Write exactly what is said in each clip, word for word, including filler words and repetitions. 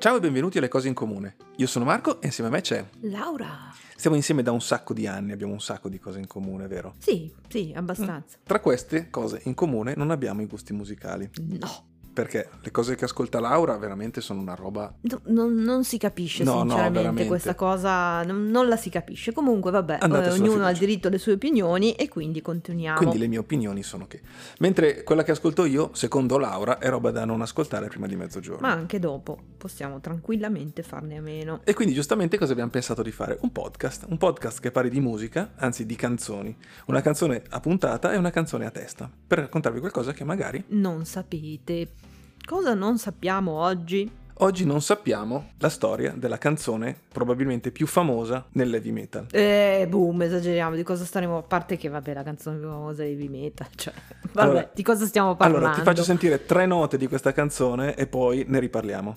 Ciao e benvenuti alle Cose in Comune. Io sono Marco e insieme a me c'è Laura. Stiamo insieme da un sacco di anni, abbiamo un sacco di cose in comune, vero? Sì, sì, abbastanza. Tra queste cose in comune non abbiamo i gusti musicali. No. Perché le cose che ascolta Laura veramente sono una roba... No, non, non si capisce No, no, sinceramente veramente. questa cosa, non, non la si capisce. Comunque vabbè, Andate eh, sulla ognuno ha il fiducia. diritto alle sue opinioni e quindi continuiamo. Quindi le mie opinioni sono che... Mentre quella che ascolto io, secondo Laura, è roba da non ascoltare prima di mezzogiorno. Ma anche dopo possiamo tranquillamente farne a meno. E quindi giustamente cosa abbiamo pensato di fare? Un podcast, un podcast che parli di musica, anzi di canzoni. Una canzone a puntata e una canzone a testa, per raccontarvi qualcosa che magari... Non sapete. Cosa non sappiamo oggi? Oggi non sappiamo la storia della canzone probabilmente più famosa nell'heavy metal. Eh, boom, esageriamo, di cosa staremo... A parte che vabbè, la canzone più famosa di heavy metal, cioè... Vabbè, Allora, di cosa stiamo parlando? Allora, ti faccio sentire tre note di questa canzone e poi ne riparliamo.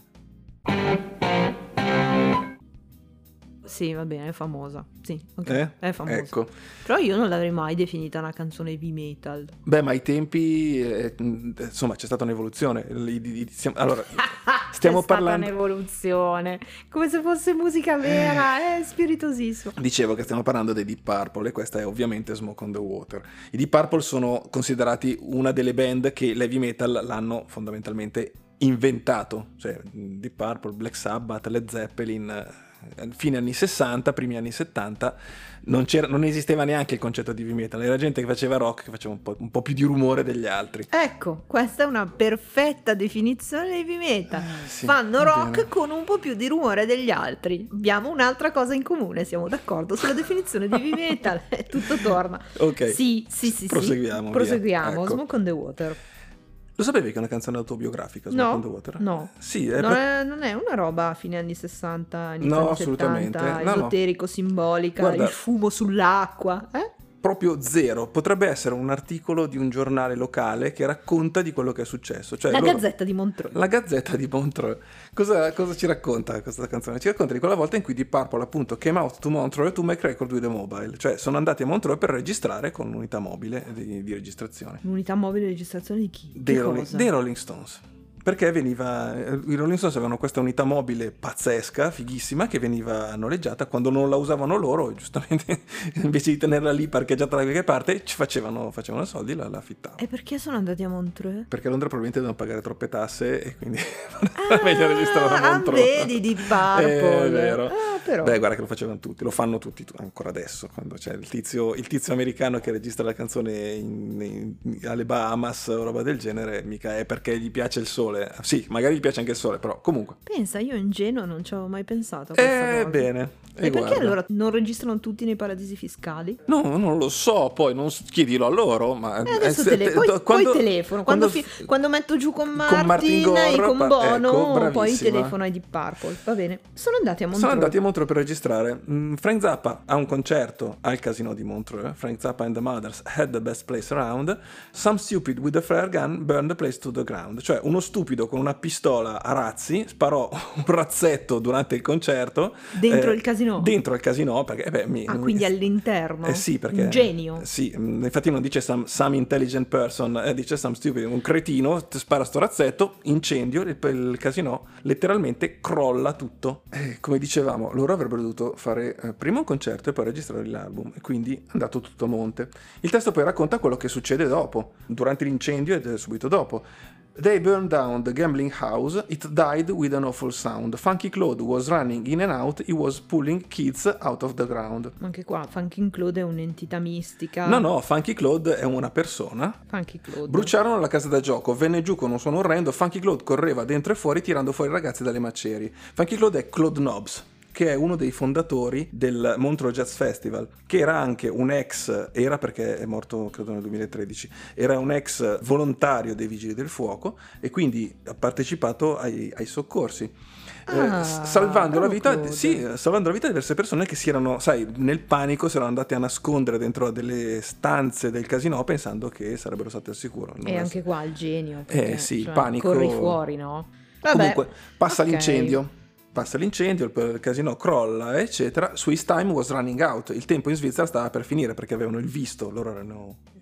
Sì, va bene, è famosa. Sì, ok, Eh? è famosa. Ecco. Però io non l'avrei mai definita una canzone heavy metal. Beh, ma ai tempi, eh, insomma, c'è stata un'evoluzione. I- i- i- stiamo- Allora, stiamo C'è parlando... stata un'evoluzione, come se fosse musica vera, è spiritosissimo. Dicevo che stiamo parlando dei Deep Purple e questa è ovviamente Smoke on the Water. I Deep Purple sono considerati una delle band che l'heavy metal l'hanno fondamentalmente inventato. Cioè, Deep Purple, Black Sabbath, Led Zeppelin... eh, fine anni sessanta, primi anni settanta, non, c'era, non esisteva neanche il concetto di heavy metal, era gente che faceva rock, che faceva un po', un po' più di rumore degli altri. Ecco, questa è una perfetta definizione di heavy metal. Eh, sì, Fanno va rock bene. con un po' più di rumore degli altri. Abbiamo un'altra cosa in comune, siamo d'accordo sulla definizione di heavy metal e tutto torna. Ok, Sì, sì, sì, proseguiamo, sì. via. Proseguiamo. Ecco. Smoke on the Water. Lo sapevi che è una canzone autobiografica, Smoke No, on the Water? no. Sì, è Non pro- è, non è una roba a fine anni sessanta, inizio No, anni assolutamente. settanta, No, no. esoterico, simbolica, Guarda- il fumo sull'acqua. Eh? proprio zero. Potrebbe essere un articolo di un giornale locale che racconta di quello che è successo. Cioè, La loro- Gazzetta di Montreux. La Gazzetta di Montreux. Cosa, cosa ci racconta questa canzone? Ci racconta di quella volta in cui Deep Purple appunto came out to Montreux to make record with a mobile. Cioè sono andati a Montreux per registrare con un'unità mobile di, di registrazione. Unità mobile di registrazione di chi? Dei Che Rolling, cosa? dei Rolling Stones. Perché veniva, i Rolling Stones avevano questa unità mobile pazzesca, fighissima, che veniva noleggiata quando non la usavano loro, giustamente invece di tenerla lì parcheggiata da qualche parte, ci facevano, facevano soldi, la, la affittavano. E perché sono andati a Montreux? Perché a Londra probabilmente devono pagare troppe tasse e quindi era meglio registrare a Ah, Montreux. vedi Deep Purple. È vero. Ah, però. Beh, guarda che lo facevano tutti, lo fanno tutti tu- ancora adesso, quando c'è il tizio, il tizio americano che registra la canzone in- in- alle Bahamas o roba del genere, mica è perché gli piace il sole. Sì, magari gli piace anche il sole, però comunque. Pensa, io ingenuo non ci avevo mai pensato a questa Eh, cosa. bene. E, perché guarda. allora non registrano tutti nei paradisi fiscali? No, non lo so, poi non s- chiedilo a loro, ma... E adesso eh, se- tele- poi, quando- poi telefono. Quando, quando- fi- quando metto giù con Martin Martin, Gore, e con pa- Bono, ecco, poi bravissima. telefono ai Deep Purple. Va bene. Sono andati a Montreux. Sono andati a Montreux per registrare. Mm, Frank Zappa ha un concerto al casino di Montreux. Frank Zappa and the Mothers had the best place around. Some stupid with a flare gun burned the place to the ground. Cioè, uno stupido con una pistola a razzi sparò un razzetto durante il concerto. Dentro eh, il casino? Dentro il casino, perché... eh, beh, mi- Ah, quindi mi- all'interno? Eh sì, perché... Un genio? Sì, mm, infatti non dice some, some intelligent person, eh, dice some stupid, un cretino, ti spara sto razzetto, incendio, il, il casino letteralmente crolla tutto. E come dicevamo, loro avrebbero dovuto fare eh, prima un concerto e poi registrare l'album, e quindi è andato tutto a monte. Il testo poi racconta quello che succede dopo, durante l'incendio ed subito dopo. They burned down the gambling house, it died with an awful sound. Funky Claude was running in and out, he was pulling kids out of the ground. Anche qua Funky Claude è un'entità mistica. No, no, Funky Claude è una persona. Funky Claude. Bruciarono la casa da gioco, venne giù con un suono orrendo, Funky Claude correva dentro e fuori tirando fuori i ragazzi dalle macerie. Funky Claude è Claude Nobbs, che è uno dei fondatori del Montreux Jazz Festival, che era anche un ex, era perché è morto credo nel duemilatredici, era un ex volontario dei Vigili del Fuoco e quindi ha partecipato ai, ai soccorsi. Ah, eh, salvando la bravo vita, Claude. sì, salvando la vita di diverse persone che si erano, sai, nel panico si erano andate a nascondere dentro a delle stanze del casino pensando che sarebbero state al sicuro. Non E è- anche qua il genio. Eh, perché, sì, il cioè, panico- Corri fuori, no? Vabbè. Comunque, passa ok. l'incendio. Passa l'incendio, il il casino crolla, eccetera. Swiss time was running out. Il tempo in Svizzera stava per finire perché avevano il visto, loro erano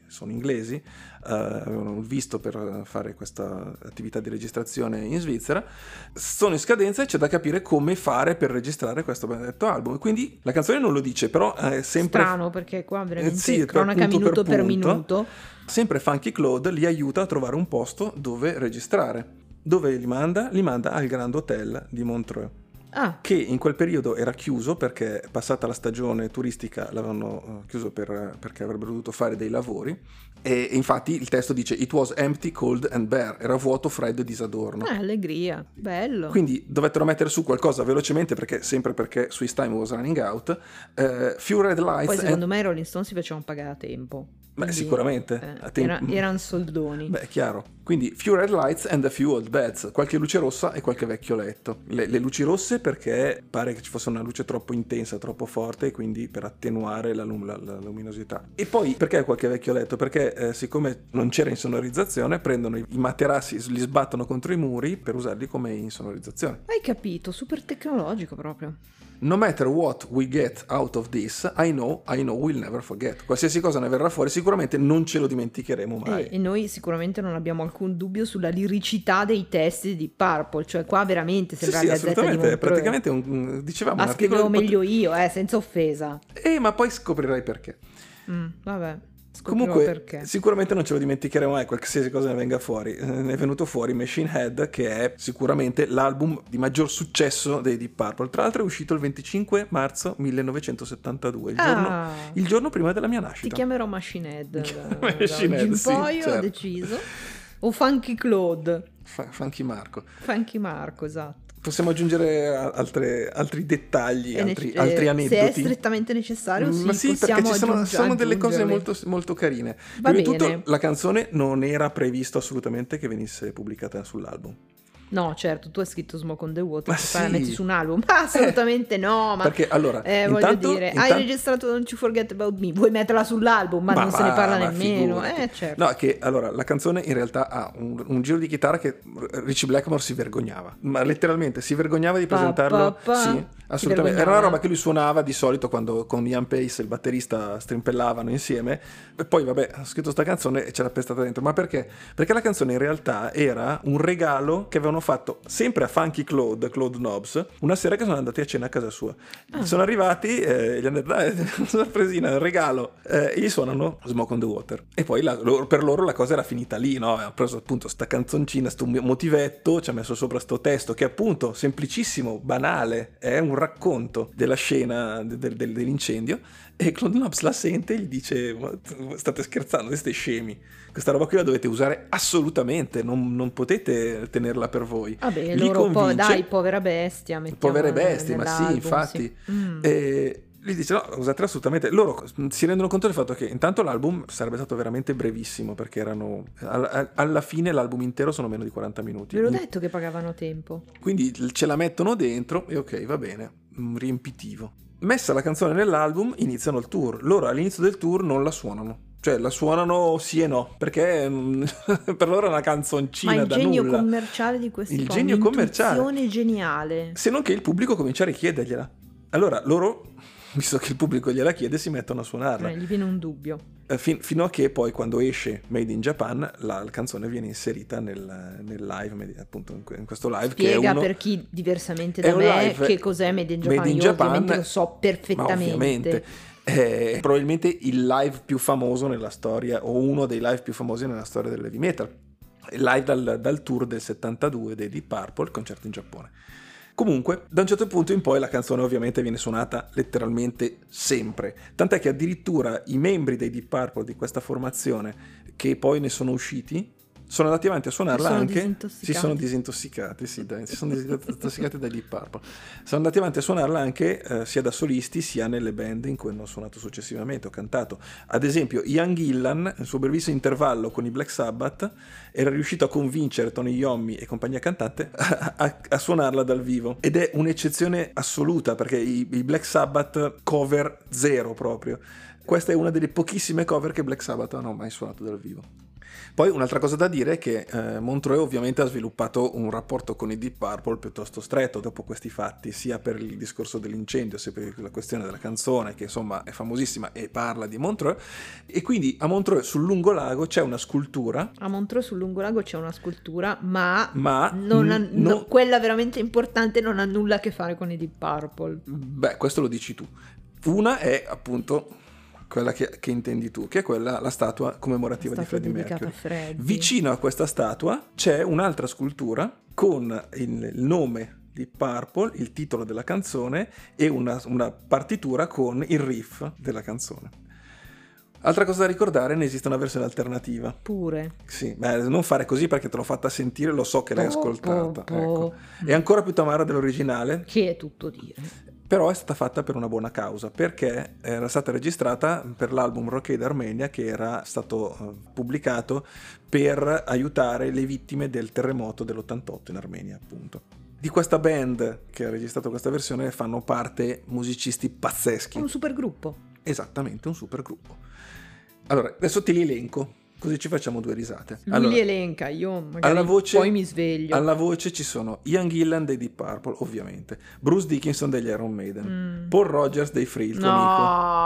sono inglesi, uh, avevano visto per fare questa attività di registrazione in Svizzera, sono in scadenza e c'è da capire come fare per registrare questo benedetto album. Quindi la canzone non lo dice, però è sempre strano, perché qua veramente eh, sì, cronaca punto minuto per, per punto. minuto. Sempre Funky Claude li aiuta a trovare un posto dove registrare. Dove li manda? Li manda al Grand Hotel di Montreux. Ah. Che in quel periodo era chiuso perché, passata la stagione turistica, l'avevano chiuso per, perché avrebbero dovuto fare dei lavori, e infatti il testo dice "It was empty, cold and bare", era vuoto, freddo e disadorno. Eh, allegria, bello. Quindi dovettero mettere su qualcosa velocemente, perché sempre perché Swiss Time was running out. uh, Few Red Lights. Poi secondo and... me i Rolling Stones si facevano pagare a tempo. Beh, Quindi, sicuramente. eh, A tem- era, erano soldoni. Beh, chiaro. Quindi Few Red Lights and a Few Old Beds, qualche luce rossa e qualche vecchio letto. Le, le luci rosse perché pare che ci fosse una luce troppo intensa, troppo forte, e quindi per attenuare la, lum- la, la luminosità. E poi perché qualche vecchio letto? Perché eh, siccome non c'era insonorizzazione, prendono i, i materassi, li sbattono contro i muri per usarli come insonorizzazione. Hai capito? Super tecnologico proprio. No matter what we get out of this, I know, I know we'll never forget. Qualsiasi cosa ne verrà fuori, sicuramente non ce lo dimenticheremo mai. E, e noi sicuramente non abbiamo alcun dubbio sulla liricità dei testi di Purple, cioè qua veramente sembra sì, sì, la Gazzetta di assolutamente, Montreux. praticamente un, dicevamo Ma un articolo scrivevo di pot- meglio io, eh, senza offesa. Eh, ma poi scoprirai perché. Mm, vabbè. Scoprirò Comunque, perché. sicuramente non ce lo dimenticheremo mai, qualsiasi cosa ne venga fuori. Ne è venuto fuori Machine Head, che è sicuramente l'album di maggior successo dei Deep Purple. Tra l'altro è uscito il venticinque marzo millenovecentosettantadue, il, Ah. giorno, il giorno prima della mia Ti nascita. chiamerò Machine Head. da- Machine da oggi Head, in sì, poi certo. ho deciso. O Funky Claude. Fa- Funky Marco. Funky Marco, esatto. Possiamo aggiungere a- altre, altri dettagli, È altri, nece- altri eh, aneddoti. Se è strettamente necessario, sì, Ma sì, perché possiamo ci sono, aggiungi- sono delle cose aggiungerli. molto, molto carine. Va Prima di bene. tutto, la canzone non era previsto assolutamente che venisse pubblicata sull'album. No, certo, tu hai scritto Smoke on the Water, Ma che fai, la sì. metti su un album. Ma assolutamente no, ma Perché allora, eh, voglio intanto, dire, intanto- hai registrato Don't You Forget About Me, vuoi metterla sull'album, ma, Ma non se ne va, parla ma nemmeno. figurati. Eh, certo. No, che allora la canzone in realtà ha un, un giro di chitarra che Richie Blackmore si vergognava, ma letteralmente si vergognava di Pa, presentarlo. pa, pa. Sì, Si assolutamente. Era vergognava. una roba che lui suonava di solito quando con Ian Pace, il batterista, strimpellavano insieme. E poi, vabbè, ha scritto sta canzone e ce l'ha pestata dentro. Ma perché? Perché la canzone in realtà era un regalo che avevano fatto sempre a Funky Claude, Claude Knobs, una sera che sono andati a cena a casa sua. Ah. Sono arrivati, eh, gli hanno detto, dai, una sorpresina, un regalo, eh, e gli suonano Smoke on the Water. E poi la- loro- per loro la cosa era finita lì, no? Aveva preso appunto sta canzoncina, sto motivetto, ci ha messo sopra sto testo che è appunto semplicissimo, banale, è un racconto della scena de- de- de- dell'incendio, e Claude Knobs la sente e gli dice, "Ma state scherzando, siete scemi, questa roba qui la dovete usare assolutamente, non, non potete tenerla per voi." Vabbè, Li loro po- convince- dai, povera bestia, mettiamo povere bestie, ma sì, nell'album, infatti. sì. Mm. E lui dice, no, usatela assolutamente. Loro si rendono conto del fatto che intanto l'album sarebbe stato veramente brevissimo, perché erano al- alla fine l'album intero sono meno di quaranta minuti. Ve l'ho detto che pagavano tempo. Quindi ce la mettono dentro e ok, va bene, un riempitivo. Messa la canzone nell'album, iniziano il tour. Loro all'inizio del tour non la suonano. Cioè la suonano sì e no, perché mm, per loro è una canzoncina Ma il da genio nulla. commerciale di questo Il qua, genio commerciale. un'intuizione geniale. Se non che il pubblico comincia a richiedergliela. Allora loro, visto che il pubblico gliela chiede, si mettono a suonarla. Eh, gli viene un dubbio. Eh, fin- fino a che poi quando esce Made in Japan la, la canzone viene inserita nel, nel live, med- appunto in, que- in questo live che è Spiega uno... per chi diversamente è da un me live- che cos'è Made in Japan. Made in Io Japan, ovviamente lo so perfettamente. Ma ovviamente è probabilmente il live più famoso nella storia, o uno dei live più famosi nella storia dell'heavy metal. Il live dal, dal tour del settantadue dei Deep Purple, concerto in Giappone. Comunque, da un certo punto in poi la canzone ovviamente viene suonata letteralmente sempre, tant'è che addirittura i membri dei Deep Purple di questa formazione, che poi ne sono usciti, sono andati avanti a suonarla sono anche. disintossicati. Si sono disintossicati, sì, dai, si sono disintossicati dai Deep Purple. Sono andati avanti a suonarla anche eh, sia da solisti sia nelle band in cui hanno suonato successivamente, ho cantato. Ad esempio, Ian Gillan, nel suo brevissimo intervallo con i Black Sabbath, era riuscito a convincere Tony Iommi e compagnia cantante a, a, a suonarla dal vivo. Ed è un'eccezione assoluta, perché i, i Black Sabbath cover zero proprio. Questa è una delle pochissime cover che Black Sabbath hanno mai suonato dal vivo. Poi un'altra cosa da dire è che eh, Montreux ovviamente ha sviluppato un rapporto con i Deep Purple piuttosto stretto dopo questi fatti, sia per il discorso dell'incendio, sia per la questione della canzone, che insomma è famosissima e parla di Montreux, e quindi a Montreux sul lungolago c'è una scultura. A Montreux sul lungolago c'è una scultura, ma, ma non ha, n- no, non- quella veramente importante non ha nulla a che fare con i Deep Purple. Beh, questo lo dici tu. Una è appunto quella che, che intendi tu, che è quella, la statua commemorativa La di statua Freddie dedicata Mercury. a Freddie. Vicino a questa statua c'è un'altra scultura con il, il nome di Purple, il titolo della canzone e una, una partitura con il riff della canzone. Altra cosa da ricordare, ne esiste una versione alternativa. Pure. Sì, beh, non fare così perché te l'ho fatta sentire, lo so che l'hai Po, ascoltata. po, po. Ecco. È ancora più tamara dell'originale, Che è tutto dire. però è stata fatta per una buona causa, perché era stata registrata per l'album Rockade Armenia, che era stato eh, pubblicato per aiutare le vittime del terremoto dell'ottantotto in Armenia, appunto. Di questa band che ha registrato questa versione fanno parte musicisti pazzeschi. Un supergruppo. Esattamente, un super gruppo. Allora, adesso te li elenco, così ci facciamo due risate. Lui Allora, li elenca, io magari alla voce, poi mi sveglio. alla voce ci sono Ian Gillan dei Deep Purple, ovviamente, Bruce Dickinson degli Iron Maiden, Mm. Paul Rogers dei Free, il tuo amico.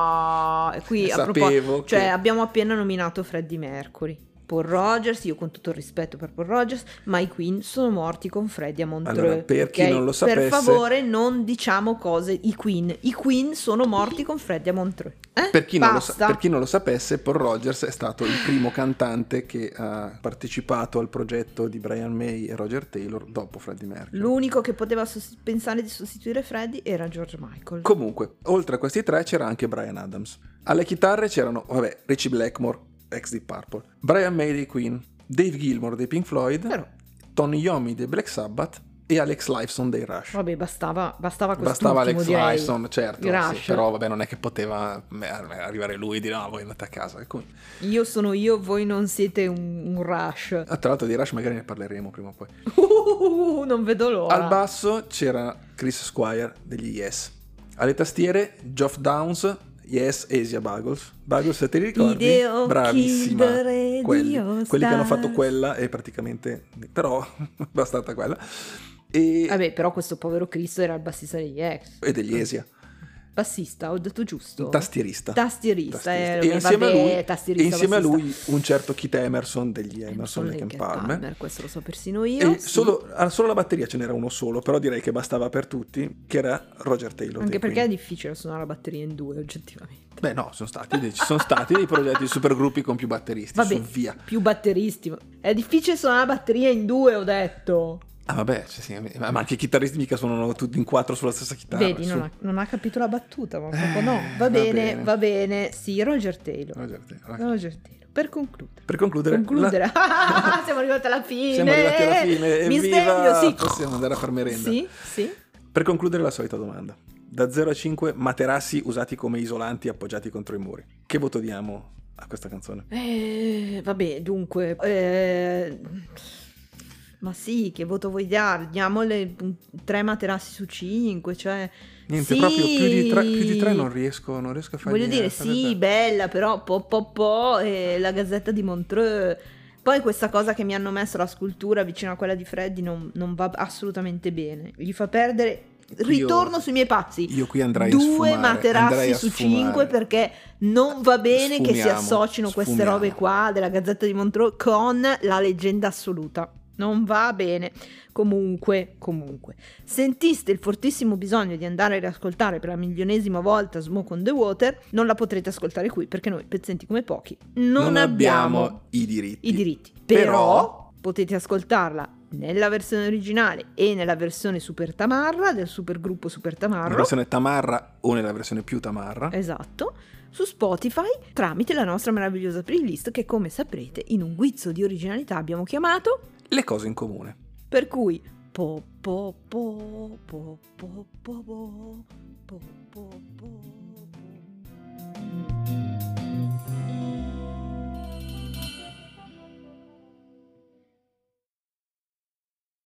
No, e qui a Sapevo proposito, che- cioè abbiamo appena nominato Freddie Mercury. Paul Rogers, io con tutto il rispetto per Paul Rogers, ma i Queen sono morti con Freddie a Montreux. Allora, per chi ok? non lo sapesse- Per favore non diciamo cose, i Queen. I Queen sono morti con Freddie a Montreux. Eh? Per chi, non lo sa- Basta. per chi non lo sapesse, Paul Rogers è stato il primo cantante che ha partecipato al progetto di Brian May e Roger Taylor dopo Freddie Mercury. L'unico che poteva sost- pensare di sostituire Freddie era George Michael. Comunque, oltre a questi tre c'era anche Bryan Adams. Alle chitarre c'erano, vabbè, Richie Blackmore, ex Deep Purple, Brian May dei Queen, Dave Gilmour dei Pink Floyd, Però, Tony Iommi dei Black Sabbath e Alex Lifeson dei Rush. vabbè, bastava, bastava quest'ultimo, Bastava Alex direi. Lifeson, certo, I sì, Rush. però vabbè, non è che poteva beh, arrivare lui e dire no, voi andate a casa. Ecco. Io sono io, voi non siete un, un Rush. Ah, tra l'altro di Rush magari ne parleremo prima o poi. Uh, non vedo l'ora. Al basso c'era Chris Squire degli Yes. Alle tastiere Geoff Downes, Yes e Asia Buggles. Buggles, se ti ricordi? Video Bravissima. Kid Radio Quelli, quelli che hanno fatto Stars. quella e praticamente però bastata quella. E, Vabbè, però questo povero Cristo era il bassista degli ex. e degli Asia. Bassista, ho detto giusto? Tastierista. Tastierista, Tastierista. eh, E insieme, vabbè, a lui, e tastierista, insieme a bassista. lui un certo Keith Emerson degli Emerson, Lake and Palmer. Questo lo so persino io. E sì. solo, ah, solo la batteria ce n'era uno solo, però direi che bastava per tutti, che era Roger Taylor. Anche dei perché è Queen. difficile suonare la batteria in due, oggettivamente. Beh no, sono stati, dei- ci sono stati dei progetti di supergruppi con più batteristi, Vabbè, su via. più batteristi. È difficile suonare la batteria in due, ho detto. Ah vabbè, sì, sì, ma ma anche i chitarristi mica suonano tutti in quattro sulla stessa chitarra. Vedi, su. non ha, non ha capito la battuta, ma proprio Eh, no. Va va bene, bene. va bene. Sì, Roger Taylor. Roger Taylor. Roger Taylor. Per concludere. Per concludere, Concludere. la- Siamo arrivati alla fine. siamo arrivati alla fine. Mi Evviva! sveglio, sì. Possiamo andare a far merenda. Sì, sì. Per concludere la solita domanda. Da zero a cinque materassi usati come isolanti appoggiati contro i muri. Che voto diamo a questa canzone? Eh, vabbè, dunque, eh, ma sì, che voto vuoi dare? Diamole un- tre materassi su cinque, cioè... Niente, sì. proprio più di tre, più di tre non riesco, non riesco a fargli Voglio dire, a fare sì, bene. bella, però po po po, e la Gazzetta di Montreux. Poi questa cosa che mi hanno messo la scultura vicino a quella di Freddy non, non va assolutamente bene. Gli fa perdere... Ritorno Io- sui miei pazzi. Io qui andrei a Due sfumare, andrei materassi a su sfumare. cinque perché non va bene che si Sfumiamo, associno queste sfumiamo. robe qua della Gazzetta di Montreux con la leggenda assoluta. Non va bene. Comunque, comunque, sentiste il fortissimo bisogno di andare a riascoltare per la milionesima volta Smoke on the Water, non la potrete ascoltare qui perché noi, pezzenti come pochi, non, Non abbiamo, abbiamo i diritti. i diritti. Però- Però potete ascoltarla nella versione originale e nella versione Super Tamarra del supergruppo Super Nella Tamarro. versione Tamarra o nella versione più Tamarra. Esatto, su Spotify tramite la nostra meravigliosa playlist che, come saprete, in un guizzo di originalità abbiamo chiamato, Le cose in comune. per cui po po po po po po po po po po